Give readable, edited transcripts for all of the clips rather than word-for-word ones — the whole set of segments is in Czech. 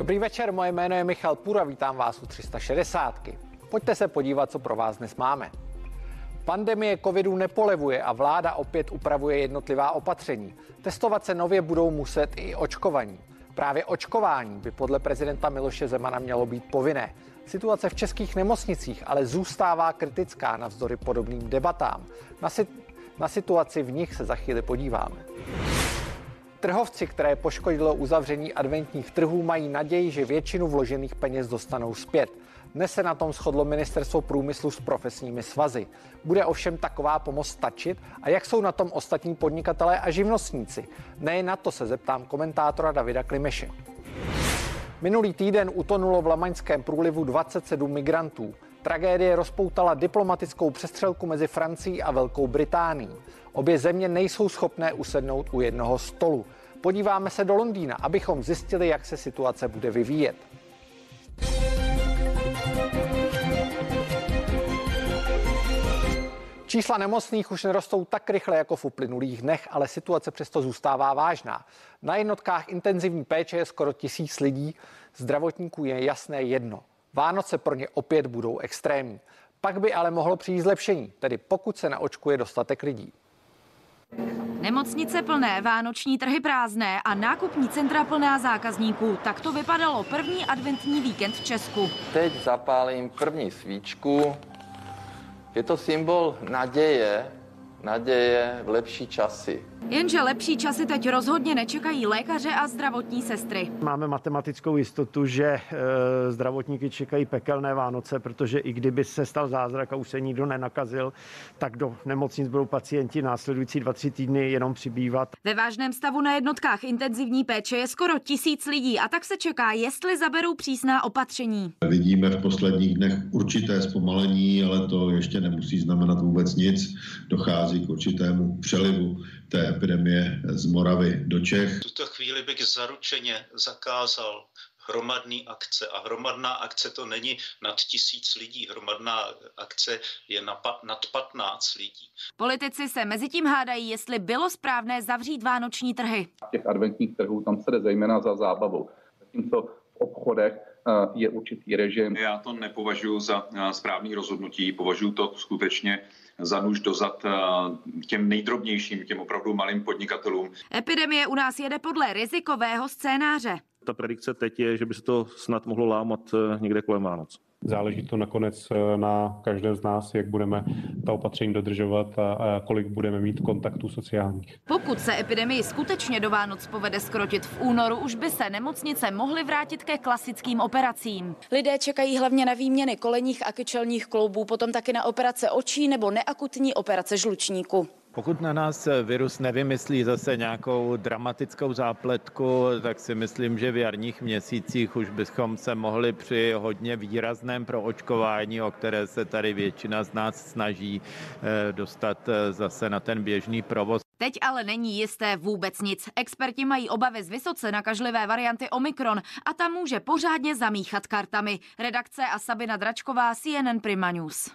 Dobrý večer, moje jméno je Michal Půra, vítám vás u 360. Pojďte se podívat, co pro vás dnes máme. Pandemie covidu nepolevuje a vláda opět upravuje jednotlivá opatření. Testovat se nově budou muset i očkovaní. Právě očkování by podle prezidenta Miloše Zemana mělo být povinné. Situace v českých nemocnicích ale zůstává kritická navzdory podobným debatám. Na situaci v nich se za chvíli podíváme. Trhovci, které poškodilo uzavření adventních trhů, mají naději, že většinu vložených peněz dostanou zpět. Dnes se na tom shodlo Ministerstvo průmyslu s profesními svazy. Bude ovšem taková pomoc stačit a jak jsou na tom ostatní podnikatelé a živnostníci? Nejen na to se zeptám komentátora Davida Klimeše. Minulý týden utonulo v Lamaňském průlivu 27 migrantů. Tragédie rozpoutala diplomatickou přestřelku mezi Francií a Velkou Británií. Obě země nejsou schopné usednout u jednoho stolu. Podíváme se do Londýna, abychom zjistili, jak se situace bude vyvíjet. Čísla nemocných už nerostou tak rychle jako v uplynulých dnech, ale situace přesto zůstává vážná. Na jednotkách intenzivní péče je skoro 1000 lidí, zdravotníků je jasné jedno. Vánoce pro ně opět budou extrémní. Pak by ale mohlo přijít zlepšení, tedy pokud se naočkuje dostatek lidí. Nemocnice plné, vánoční trhy prázdné a nákupní centra plná zákazníků. Tak to vypadalo první adventní víkend v Česku. Teď zapálím první svíčku. Je to symbol naděje v lepší časy. Jenže lepší časy teď rozhodně nečekají lékaře a zdravotní sestry. Máme matematickou jistotu, že zdravotníky čekají pekelné Vánoce, protože i kdyby se stal zázrak a už se nikdo nenakazil, tak do nemocnic budou pacienti následující 2-3 týdny jenom přibývat. Ve vážném stavu na jednotkách intenzivní péče je skoro 1000 lidí a tak se čeká, jestli zaberou přísná opatření. Vidíme v posledních dnech určité zpomalení, ale to ještě nemusí znamenat vůbec nic. Dochází k určitému přelivu té epidemie z Moravy do Čech. V tuto chvíli bych zaručeně zakázal hromadné akce a hromadná akce to není nad 1000 lidí, hromadná akce je nad 15 lidí. Politici se mezitím hádají, jestli bylo správné zavřít vánoční trhy. Těch adventních trhů tam se jde zejména za zábavou, zatímco v obchodech je určitý režim. Já to nepovažuji za správný rozhodnutí, považuji to skutečně za nůž do zad těm nejdrobnějším, těm opravdu malým podnikatelům. Epidemie u nás jede podle rizikového scénáře. Ta predikce teď je, že by se to snad mohlo lámat někde kolem Vánoc. Záleží to nakonec na každém z nás, jak budeme ta opatření dodržovat a kolik budeme mít kontaktů sociálních. Pokud se epidemii skutečně do Vánoc povede zkrotit v únoru, už by se nemocnice mohly vrátit ke klasickým operacím. Lidé čekají hlavně na výměny kolenních a kyčelních kloubů, potom taky na operace očí nebo neakutní operace žlučníku. Pokud na nás virus nevymyslí zase nějakou dramatickou zápletku, tak si myslím, že v jarních měsících už bychom se mohli při hodně výrazném proočkování, o které se tady většina z nás snaží, dostat zase na ten běžný provoz. Teď ale není jisté vůbec nic. Experti mají obavy z vysoce nakažlivé varianty Omikron a ta může pořádně zamíchat kartami. Redakce a Sabina Dračková, CNN Prima News.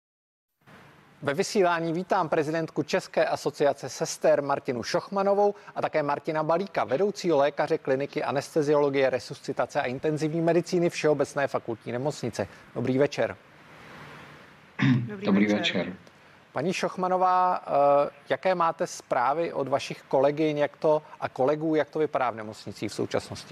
Ve vysílání vítám prezidentku České asociace sester Martinu Šochmanovou a také Martina Balíka, vedoucího lékaře kliniky anesteziologie, resuscitace a intenzivní medicíny Všeobecné fakultní nemocnice. Dobrý večer. Dobrý večer. Paní Šochmanová, jaké máte zprávy od vašich kolegyň a kolegů, jak to vypadá v nemocnicích v současnosti?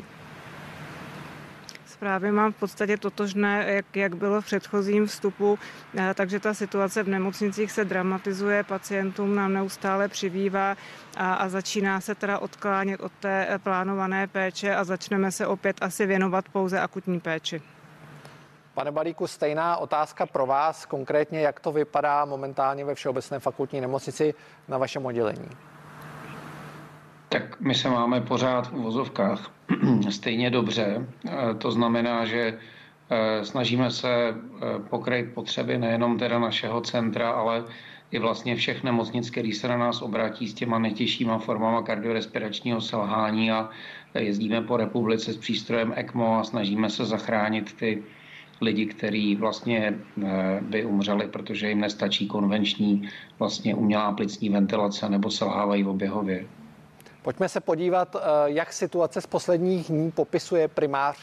Zprávy mám v podstatě totožné, jak bylo v předchozím vstupu, takže ta situace v nemocnicích se dramatizuje, pacientům nám neustále přibývá a začíná se teda odklánět od té plánované péče a začneme se opět asi věnovat pouze akutní péči. Pane Balíku, stejná otázka pro vás, konkrétně jak to vypadá momentálně ve Všeobecné fakultní nemocnici na vašem oddělení? Tak my se máme pořád v uvozovkách stejně dobře. To znamená, že snažíme se pokryt potřeby nejenom teda našeho centra, ale i vlastně všech nemocnic, který se na nás obrátí s těma nejtěžšíma formama kardiorespiračního selhání a jezdíme po republice s přístrojem ECMO a snažíme se zachránit ty lidi, kteří vlastně by umřeli, protože jim nestačí konvenční vlastně umělá plicní ventilace nebo selhávají oběhově. Pojďme se podívat, jak situace z posledních dní popisuje primář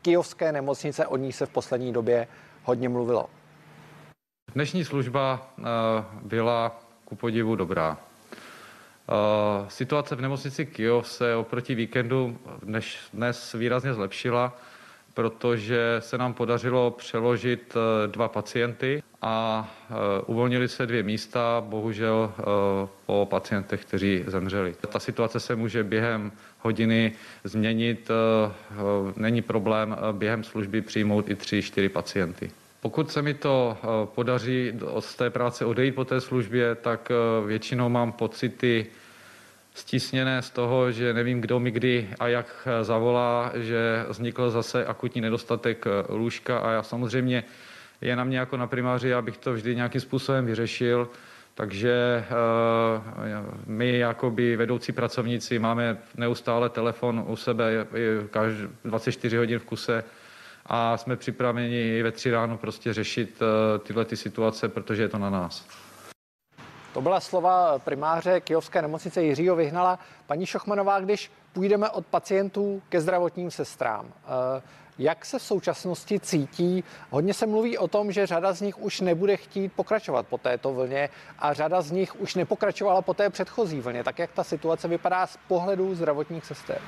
kyjovské nemocnice, o ní se v poslední době hodně mluvilo. Dnešní služba byla ku podivu dobrá. Situace v nemocnici Kyjov se oproti víkendu dnes výrazně zlepšila, protože se nám podařilo přeložit 2 pacienty a uvolnili se 2 místa, bohužel po pacientech, kteří zemřeli. Ta situace se může během hodiny změnit, není problém během služby přijmout i 3-4 pacienty. Pokud se mi to podaří z té práce odejít po té službě, tak většinou mám pocity stísněné z toho, že nevím, kdo mi kdy a jak zavolá, že vznikl zase akutní nedostatek lůžka a já samozřejmě je na mě jako na primáři, abych to vždy nějakým způsobem vyřešil, takže my jakoby vedoucí pracovníci máme neustále telefon u sebe 24 hodin v kuse a jsme připraveni i ve 3 ráno prostě řešit tyhle situace, protože je to na nás. To byla slova primáře kyjovské nemocnice Jiřího Vyhnala. Paní Šochmanová, když půjdeme od pacientů ke zdravotním sestrám, jak se v současnosti cítí? Hodně se mluví o tom, že řada z nich už nebude chtít pokračovat po této vlně a řada z nich už nepokračovala po té předchozí vlně. Tak jak ta situace vypadá z pohledu zdravotních sester?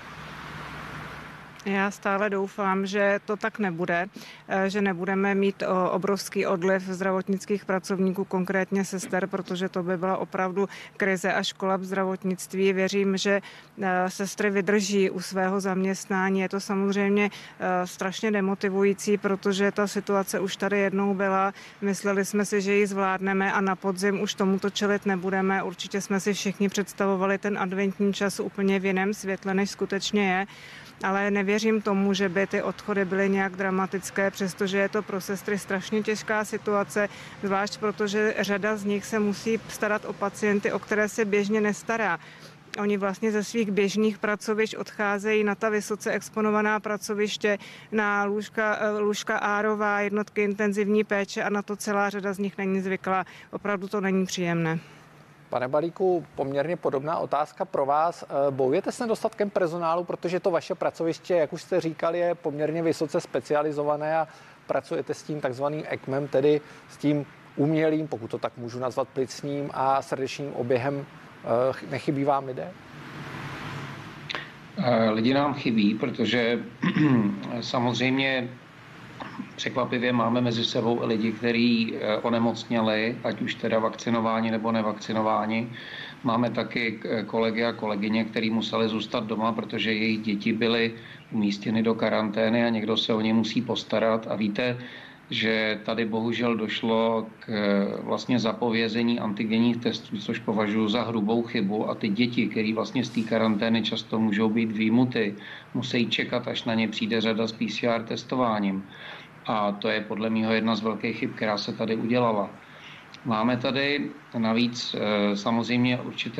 Já stále doufám, že to tak nebude, že nebudeme mít obrovský odliv zdravotnických pracovníků, konkrétně sester, protože to by byla opravdu krize a kolaps zdravotnictví. Věřím, že sestry vydrží u svého zaměstnání. Je to samozřejmě strašně demotivující, protože ta situace už tady jednou byla. Mysleli jsme si, že ji zvládneme a na podzim už tomuto čelit nebudeme. Určitě jsme si všichni představovali ten adventní čas úplně v jiném světle, než skutečně je. Ale nevěřím tomu, že by ty odchody byly nějak dramatické, přestože je to pro sestry strašně těžká situace, zvlášť protože řada z nich se musí starat o pacienty, o které se běžně nestará. Oni vlastně ze svých běžných pracovišť odcházejí na ta vysoce exponovaná pracoviště, na lůžka árová, jednotky intenzivní péče a na to celá řada z nich není zvyklá. Opravdu to není příjemné. Pane Balíku, poměrně podobná otázka pro vás. Bojujete s nedostatkem personálu, protože to vaše pracoviště, jak už jste říkali, je poměrně vysoce specializované a pracujete s tím takzvaným ECMem, tedy s tím umělým, pokud to tak můžu nazvat, plicním a srdečním oběhem. Nechybí vám lidé? Lidi nám chybí, protože samozřejmě překvapivě máme mezi sebou lidi, kteří onemocněli, ať už teda vakcinováni nebo nevakcinováni. Máme taky kolegy a kolegyně, kteří museli zůstat doma, protože jejich děti byly umístěny do karantény a někdo se o ně musí postarat. A víte, že tady bohužel došlo k vlastně zapovězení antigenních testů, což považuji za hrubou chybu. A ty děti, které vlastně z té karantény často můžou být vyjmuty, musí čekat, až na ně přijde řada s PCR testováním. A to je podle mého jedna z velkých chyb, která se tady udělala. Máme tady navíc samozřejmě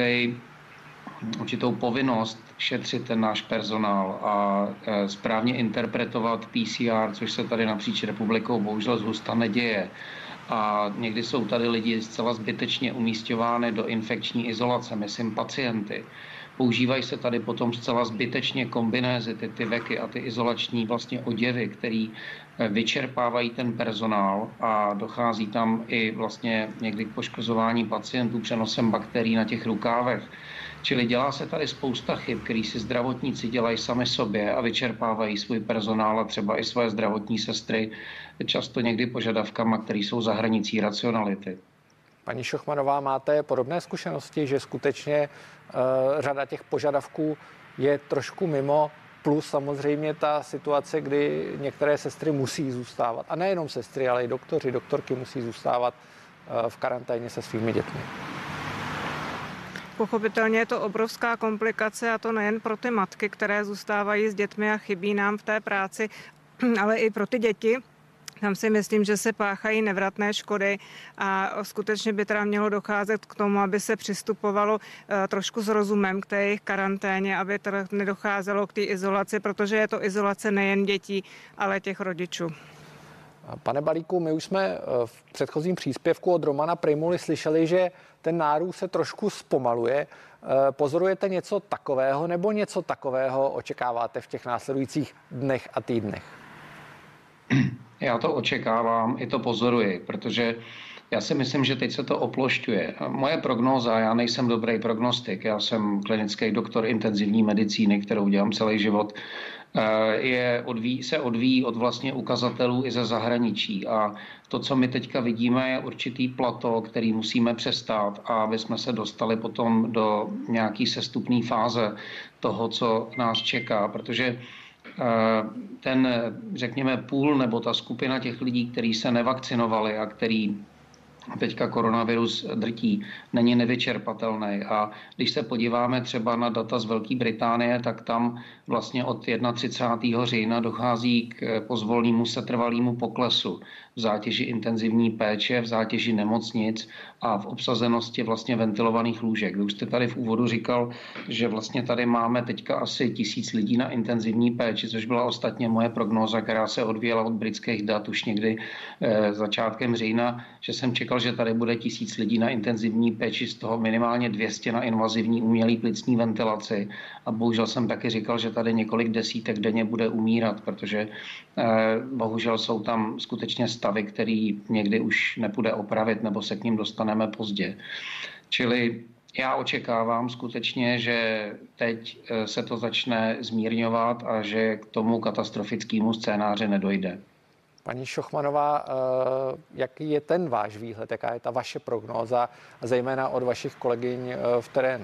určitou povinnost šetřit ten náš personál a správně interpretovat PCR, což se tady napříč republikou bohužel zhusta neděje. A někdy jsou tady lidi zcela zbytečně umísťovány do infekční izolace, myslím pacienty. Používají se tady potom zcela zbytečně kombinézy, ty veky a ty izolační vlastně oděvy, které vyčerpávají ten personál a dochází tam i vlastně někdy k poškozování pacientů přenosem bakterií na těch rukávech. Čili dělá se tady spousta chyb, který si zdravotníci dělají sami sobě a vyčerpávají svůj personál a třeba i své zdravotní sestry, často někdy požadavkama, které jsou za hranicí racionality. Paní Šochmanová, máte podobné zkušenosti, že skutečně řada těch požadavků je trošku mimo, plus samozřejmě ta situace, kdy některé sestry musí zůstávat, a nejenom sestry, ale i doktoři, doktorky musí zůstávat v karanténě se svými dětmi? Pochopitelně je to obrovská komplikace a to nejen pro ty matky, které zůstávají s dětmi a chybí nám v té práci, ale i pro ty děti. Tam si myslím, že se páchají nevratné škody a skutečně by teda mělo docházet k tomu, aby se přistupovalo trošku s rozumem k té jejich karanténě, aby teda nedocházelo k té izolaci, protože je to izolace nejen dětí, ale těch rodičů. Pane Balíku, my už jsme v předchozím příspěvku od Romana Prymuly slyšeli, že ten nárůst se trošku zpomaluje. Pozorujete něco takového nebo něco takového očekáváte v těch následujících dnech a týdnech? Já to očekávám, i to pozoruji, protože já si myslím, že teď se to oplošťuje. Moje prognóza, já nejsem dobrý prognostik, já jsem klinický doktor intenzivní medicíny, kterou dělám celý život, se odvíjí od vlastně ukazatelů i ze zahraničí. A to, co my teďka vidíme, je určitý plato, který musíme přestát, a aby jsme se dostali potom do nějaký sestupné fáze toho, co nás čeká, protože ten, řekněme, půl nebo ta skupina těch lidí, kteří se nevakcinovali a který teďka koronavirus drtí, není nevyčerpatelný. A když se podíváme třeba na data z Velké Británie, tak tam vlastně od 31. října dochází k pozvolnému setrvalému poklesu v zátěži intenzivní péče, v zátěži nemocnic a v obsazenosti vlastně ventilovaných lůžek. Vy už jste tady v úvodu říkal, že vlastně tady máme teďka asi 1000 lidí na intenzivní péči, což byla ostatně moje prognóza, která se odvíjela od britských dat už někdy začátkem října, že jsem čekal, že tady bude 1000 lidí na intenzivní péči, z toho minimálně 200 na invazivní umělý plicní ventilaci. A bohužel jsem taky říkal, že tady několik desítek denně bude umírat, protože bohužel jsou tam skutečně stavy, který někdy už nepůjde opravit, nebo se k ním dostaneme pozdě. Čili já očekávám skutečně, že teď se to začne zmírňovat a že k tomu katastrofickému scénáři nedojde. Paní Šochmanová, jaký je ten váš výhled, jaká je ta vaše prognóza, zejména od vašich kolegyň v terénu?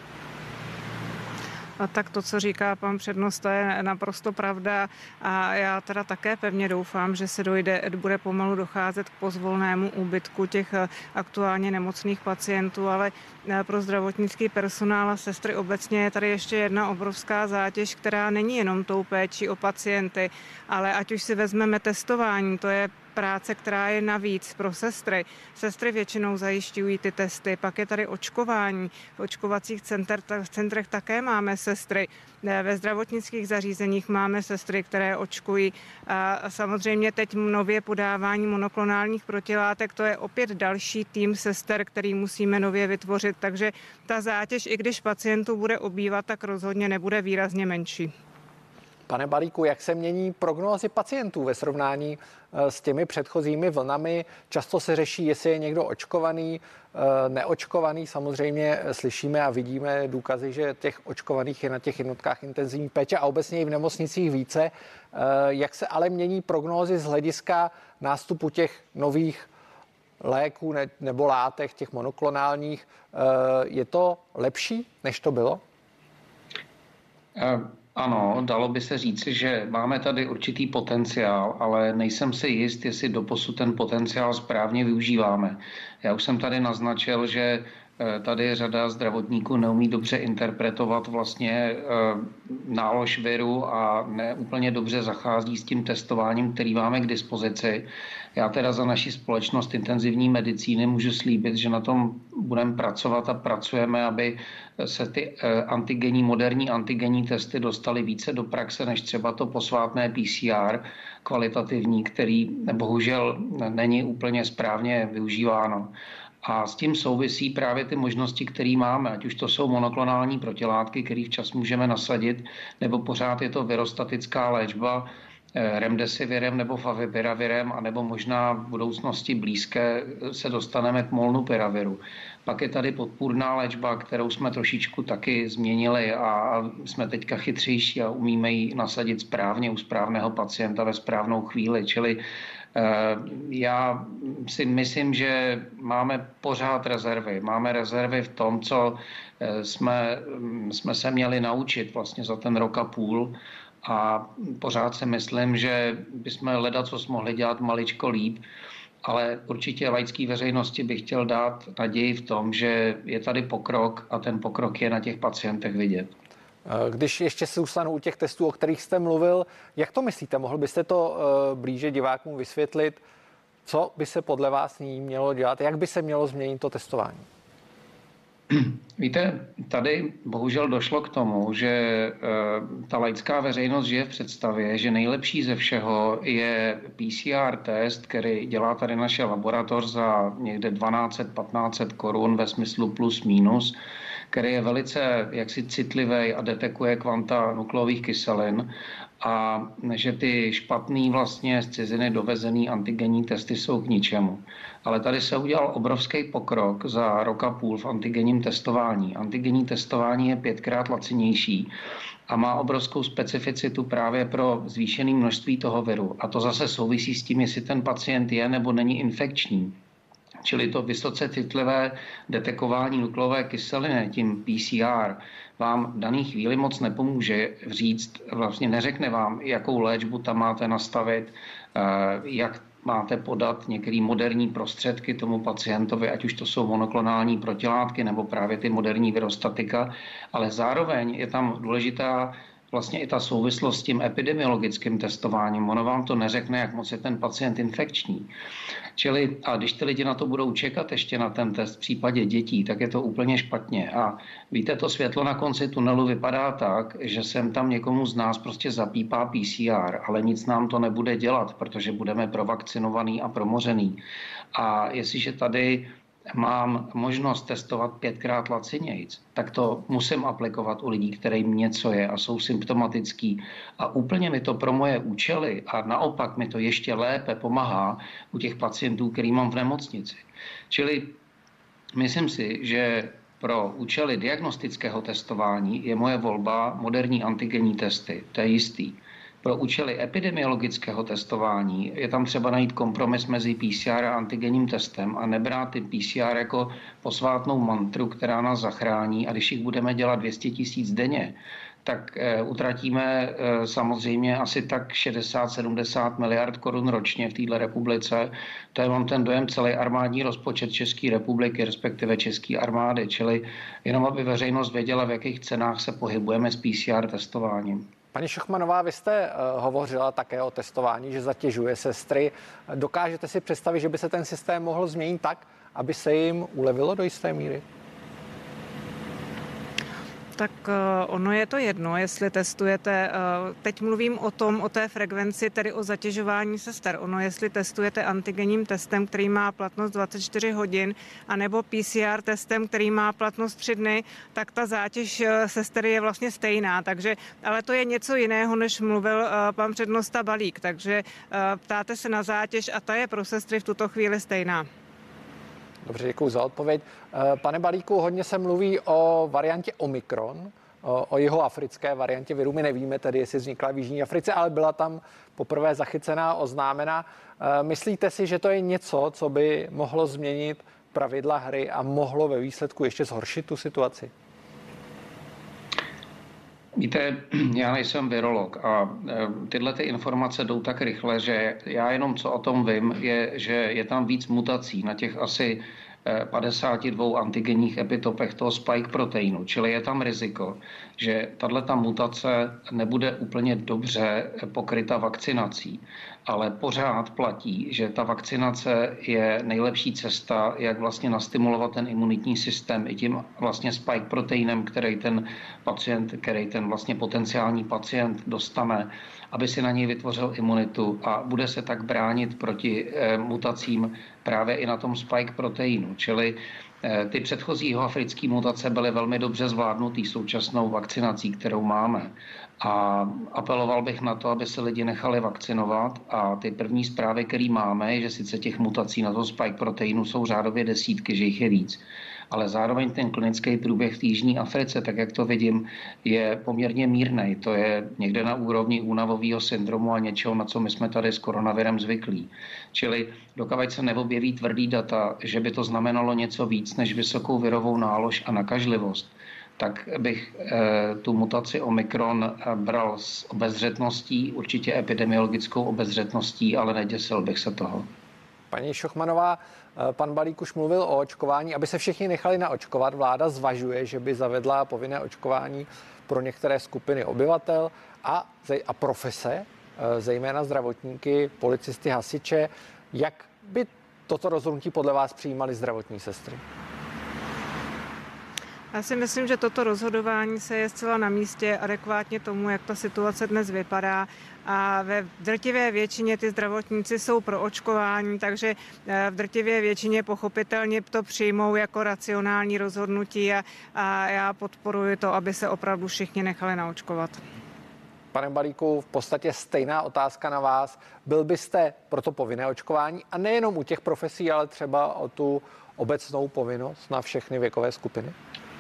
A tak to, co říká pan přednosta, je naprosto pravda a já teda také pevně doufám, že se bude pomalu docházet k pozvolnému úbytku těch aktuálně nemocných pacientů, ale pro zdravotnický personál a sestry obecně je tady ještě jedna obrovská zátěž, která není jenom tou péčí o pacienty, ale ať už si vezmeme testování, to je práce, která je navíc pro sestry. Sestry většinou zajišťují ty testy, pak je tady očkování. V očkovacích centrech také máme sestry. Ve zdravotnických zařízeních máme sestry, které očkují. A samozřejmě teď nově podávání monoklonálních protilátek, to je opět další tým sester, který musíme nově vytvořit. Takže ta zátěž, i když pacientů bude ubývat, tak rozhodně nebude výrazně menší. Pane Balíku, jak se mění prognózy pacientů ve srovnání s těmi předchozími vlnami? Často se řeší, jestli je někdo očkovaný, neočkovaný. Samozřejmě slyšíme a vidíme důkazy, že těch očkovaných je na těch jednotkách intenzivní péče a obecně i v nemocnicích více. Jak se ale mění prognózy z hlediska nástupu těch nových léků nebo látek, těch monoklonálních? Je to lepší, než to bylo? Ano, dalo by se říci, že máme tady určitý potenciál, ale nejsem si jist, jestli doposud ten potenciál správně využíváme. Já už jsem tady naznačil, že tady řada zdravotníků neumí dobře interpretovat vlastně nálož viru a neúplně dobře zachází s tím testováním, který máme k dispozici. Já teda za naši společnost intenzivní medicíny můžu slíbit, že na tom budeme pracovat a pracujeme, aby se ty moderní antigenní testy dostaly více do praxe, než třeba to posvátné PCR kvalitativní, který bohužel není úplně správně využíváno. A s tím souvisí právě ty možnosti, které máme, ať už to jsou monoklonální protilátky, které včas můžeme nasadit, nebo pořád je to virostatická léčba remdesivirem nebo favipiravirem, anebo možná v budoucnosti blízké se dostaneme k molnupiraviru. Pak je tady podpůrná léčba, kterou jsme trošičku taky změnili a jsme teďka chytřejší a umíme ji nasadit správně u správného pacienta ve správnou chvíli. Čili já si myslím, že máme pořád rezervy. Máme rezervy v tom, co jsme se měli naučit vlastně za ten rok a půl. A pořád si myslím, že bychom ledacos mohli dělat maličko líp, ale určitě laické veřejnosti bych chtěl dát naději v tom, že je tady pokrok a ten pokrok je na těch pacientech vidět. Když ještě se zůstanu u těch testů, o kterých jste mluvil, jak to myslíte? Mohl byste to blíže divákům vysvětlit? Co by se podle vás ní mělo dělat? Jak by se mělo změnit to testování? Víte, tady bohužel došlo k tomu, že ta laická veřejnost žije v představě, že nejlepší ze všeho je PCR test, který dělá tady naše laboratoř za někde 1200-1500 korun ve smyslu plus minus, který je velice jaksi citlivý a detekuje kvanta nukleových kyselin, a že ty špatný vlastně z ciziny dovezený antigenní testy jsou k ničemu. Ale tady se udělal obrovský pokrok za rok a půl v antigenním testování. Antigenní testování je 5krát lacinější a má obrovskou specificitu právě pro zvýšené množství toho viru. A to zase souvisí s tím, jestli ten pacient je nebo není infekční. Čili to vysoce citlivé detekování nukleové kyseliny, tím PCR, vám v dané chvíli moc nepomůže říct, vlastně neřekne vám, jakou léčbu tam máte nastavit, jak máte podat některé moderní prostředky tomu pacientovi, ať už to jsou monoklonální protilátky nebo právě ty moderní virostatika, ale zároveň je tam důležitá vlastně i ta souvislost s tím epidemiologickým testováním. Ono vám to neřekne, jak moc je ten pacient infekční. Čili, a když ty lidi na to budou čekat ještě na ten test v případě dětí, tak je to úplně špatně. A víte, to světlo na konci tunelu vypadá tak, že sem tam někomu z nás prostě zapípá PCR, ale nic nám to nebude dělat, protože budeme provakcinovaný a promořený. A jestliže tady mám možnost testovat 5krát lacinějc, tak to musím aplikovat u lidí, kterým něco je a jsou symptomatický. A úplně mi to pro moje účely a naopak mi to ještě lépe pomáhá u těch pacientů, který mám v nemocnici. Čili myslím si, že pro účely diagnostického testování je moje volba moderní antigenní testy. To je jistý. Pro účely epidemiologického testování je tam třeba najít kompromis mezi PCR a antigenním testem a nebrát ty PCR jako posvátnou mantru, která nás zachrání, a když jich budeme dělat 200 000 denně, tak utratíme samozřejmě asi tak 60-70 miliard korun ročně v této republice. To je, mám ten dojem, celý armádní rozpočet České republiky, respektive České armády, čili jenom aby veřejnost věděla, v jakých cenách se pohybujeme s PCR testováním. Paní Šochmanová, vy jste hovořila také o testování, že zatěžuje sestry. Dokážete si představit, že by se ten systém mohl změnit tak, aby se jim ulevilo do jisté míry? Tak ono je to jedno, jestli testujete, teď mluvím o té frekvenci, tedy o zatěžování sester. Ono, jestli testujete antigenním testem, který má platnost 24 hodin, anebo PCR testem, který má platnost 3 dny, tak ta zátěž sester je vlastně stejná. Takže, ale to je něco jiného, než mluvil pan přednosta Balík. Takže ptáte se na zátěž a ta je pro sestry v tuto chvíli stejná. Dobře, děkuji za odpověď. Pane Balíku, hodně se mluví o variantě Omikron, o jihoafrické variantě viru. My nevíme tedy, jestli vznikla v Jižní Africe, ale byla tam poprvé zachycená, oznámena. Myslíte si, že to je něco, co by mohlo změnit pravidla hry a mohlo ve výsledku ještě zhoršit tu situaci? Víte, já nejsem virolog a tyhle ty informace jdou tak rychle, že já jenom co o tom vím, je, že je tam víc mutací na těch asi 52 antigenních epitopech toho spike proteinu, čili je tam riziko, že tato mutace nebude úplně dobře pokryta vakcinací, ale pořád platí, že ta vakcinace je nejlepší cesta, jak vlastně nastimulovat ten imunitní systém i tím vlastně spike proteinem, který ten vlastně potenciální pacient dostane, aby si na něj vytvořil imunitu a bude se tak bránit proti mutacím právě i na tom spike proteinu. Čili ty předchozí jihoafrické mutace byly velmi dobře zvládnutý současnou vakcinací, kterou máme. A apeloval bych na to, aby se lidi nechali vakcinovat a ty první zprávy, které máme, je, že sice těch mutací na tom spike proteinu jsou řádově desítky, že jich je víc. Ale zároveň ten klinický průběh v Jižní Africe, tak jak to vidím, je poměrně mírnej. To je někde na úrovni únavového syndromu a něčeho, na co my jsme tady s koronavirem zvyklí. Čili dokud se neobjeví tvrdý data, že by to znamenalo něco víc než vysokou virovou nálož a nakažlivost, tak bych tu mutaci Omikron bral s obezřetností, určitě epidemiologickou obezřetností, ale neděsil bych se toho. Paní Šochmanová, pan Balík už mluvil o očkování. Aby se všichni nechali naočkovat, vláda zvažuje, že by zavedla povinné očkování pro některé skupiny obyvatel a profese, zejména zdravotníky, policisty, hasiče. Jak by toto rozhodnutí podle vás přijímaly zdravotní sestry? Já si myslím, že toto rozhodování se je zcela na místě, adekvátně tomu, jak ta situace dnes vypadá. A ve drtivé většině ty zdravotníci jsou pro očkování, takže v drtivé většině pochopitelně to přijmou jako racionální rozhodnutí a já podporuji to, aby se opravdu všichni nechali naočkovat. Pane Balíku, v podstatě stejná otázka na vás. Byl byste pro to povinné očkování a nejenom u těch profesí, ale třeba o tu obecnou povinnost na všechny věkové skupiny?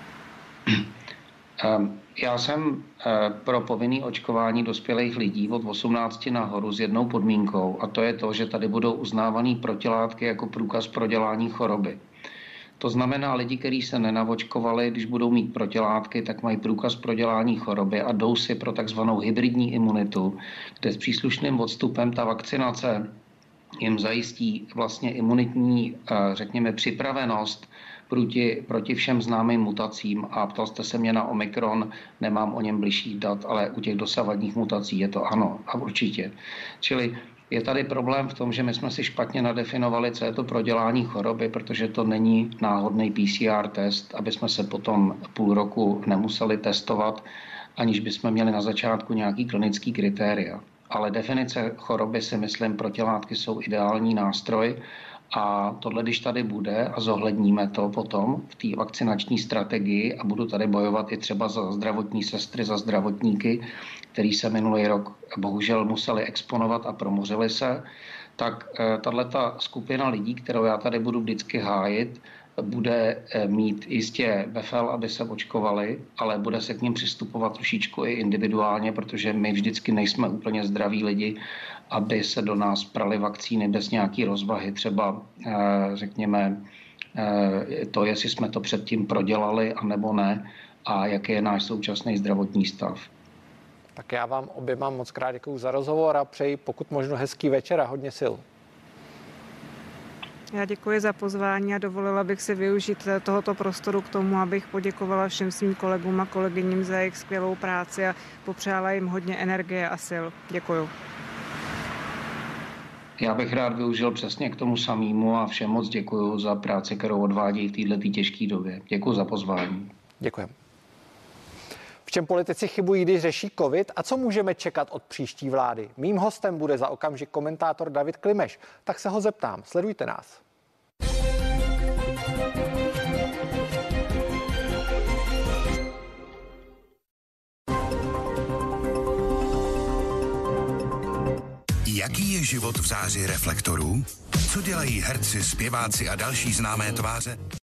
Já jsem pro povinné očkování dospělých lidí od 18 nahoru s jednou podmínkou, a to je to, že tady budou uznávaný protilátky jako průkaz pro dělání choroby. To znamená, lidi, kteří se nenavočkovali, když budou mít protilátky, tak mají průkaz pro dělání choroby a jdou si pro takzvanou hybridní imunitu, kde s příslušným odstupem ta vakcinace jim zajistí vlastně imunitní, řekněme, připravenost proti všem známým mutacím. A ptal jste se mě na Omikron, nemám o něm bližších dat, ale u těch dosavadních mutací je to ano a určitě. Čili je tady problém v tom, že my jsme si špatně nadefinovali, co je to prodělání choroby, protože to není náhodný PCR test, aby jsme se potom půl roku nemuseli testovat, aniž bychom měli na začátku nějaký klinický kritéria. Ale definice choroby si myslím, protilátky jsou ideální nástroj a tohle, když tady bude a zohledníme to potom v té vakcinační strategii a budu tady bojovat i třeba za zdravotní sestry, za zdravotníky, který se minulý rok bohužel museli exponovat a promořili se, tak tato skupina lidí, kterou já tady budu vždycky hájit, bude mít jistě befel, aby se očkovali, ale bude se k ním přistupovat trošičku i individuálně, protože my vždycky nejsme úplně zdraví lidi, aby se do nás prali vakcíny bez nějaký rozvahy. Třeba řekněme to, jestli jsme to předtím prodělali, anebo ne, a jaký je náš současný zdravotní stav. Tak já vám oběma moc krát děkuju za rozhovor a přeji pokud možno hezký večer a hodně sil. Já děkuji za pozvání a dovolila bych si využít tohoto prostoru k tomu, abych poděkovala všem svým kolegům a kolegyním za jejich skvělou práci a popřála jim hodně energie a sil. Děkuju. Já bych rád využil přesně k tomu samému a všem moc děkuju za práci, kterou odvádějí v této těžké době. Děkuju za pozvání. Děkujeme. V čem politici chybují, když řeší covid a co můžeme čekat od příští vlády? Mým hostem bude za okamžik komentátor David Klimeš. Tak se ho zeptám. Sledujte nás. Jaký je život v záři reflektorů? Co dělají herci, zpěváci a další známé tváře?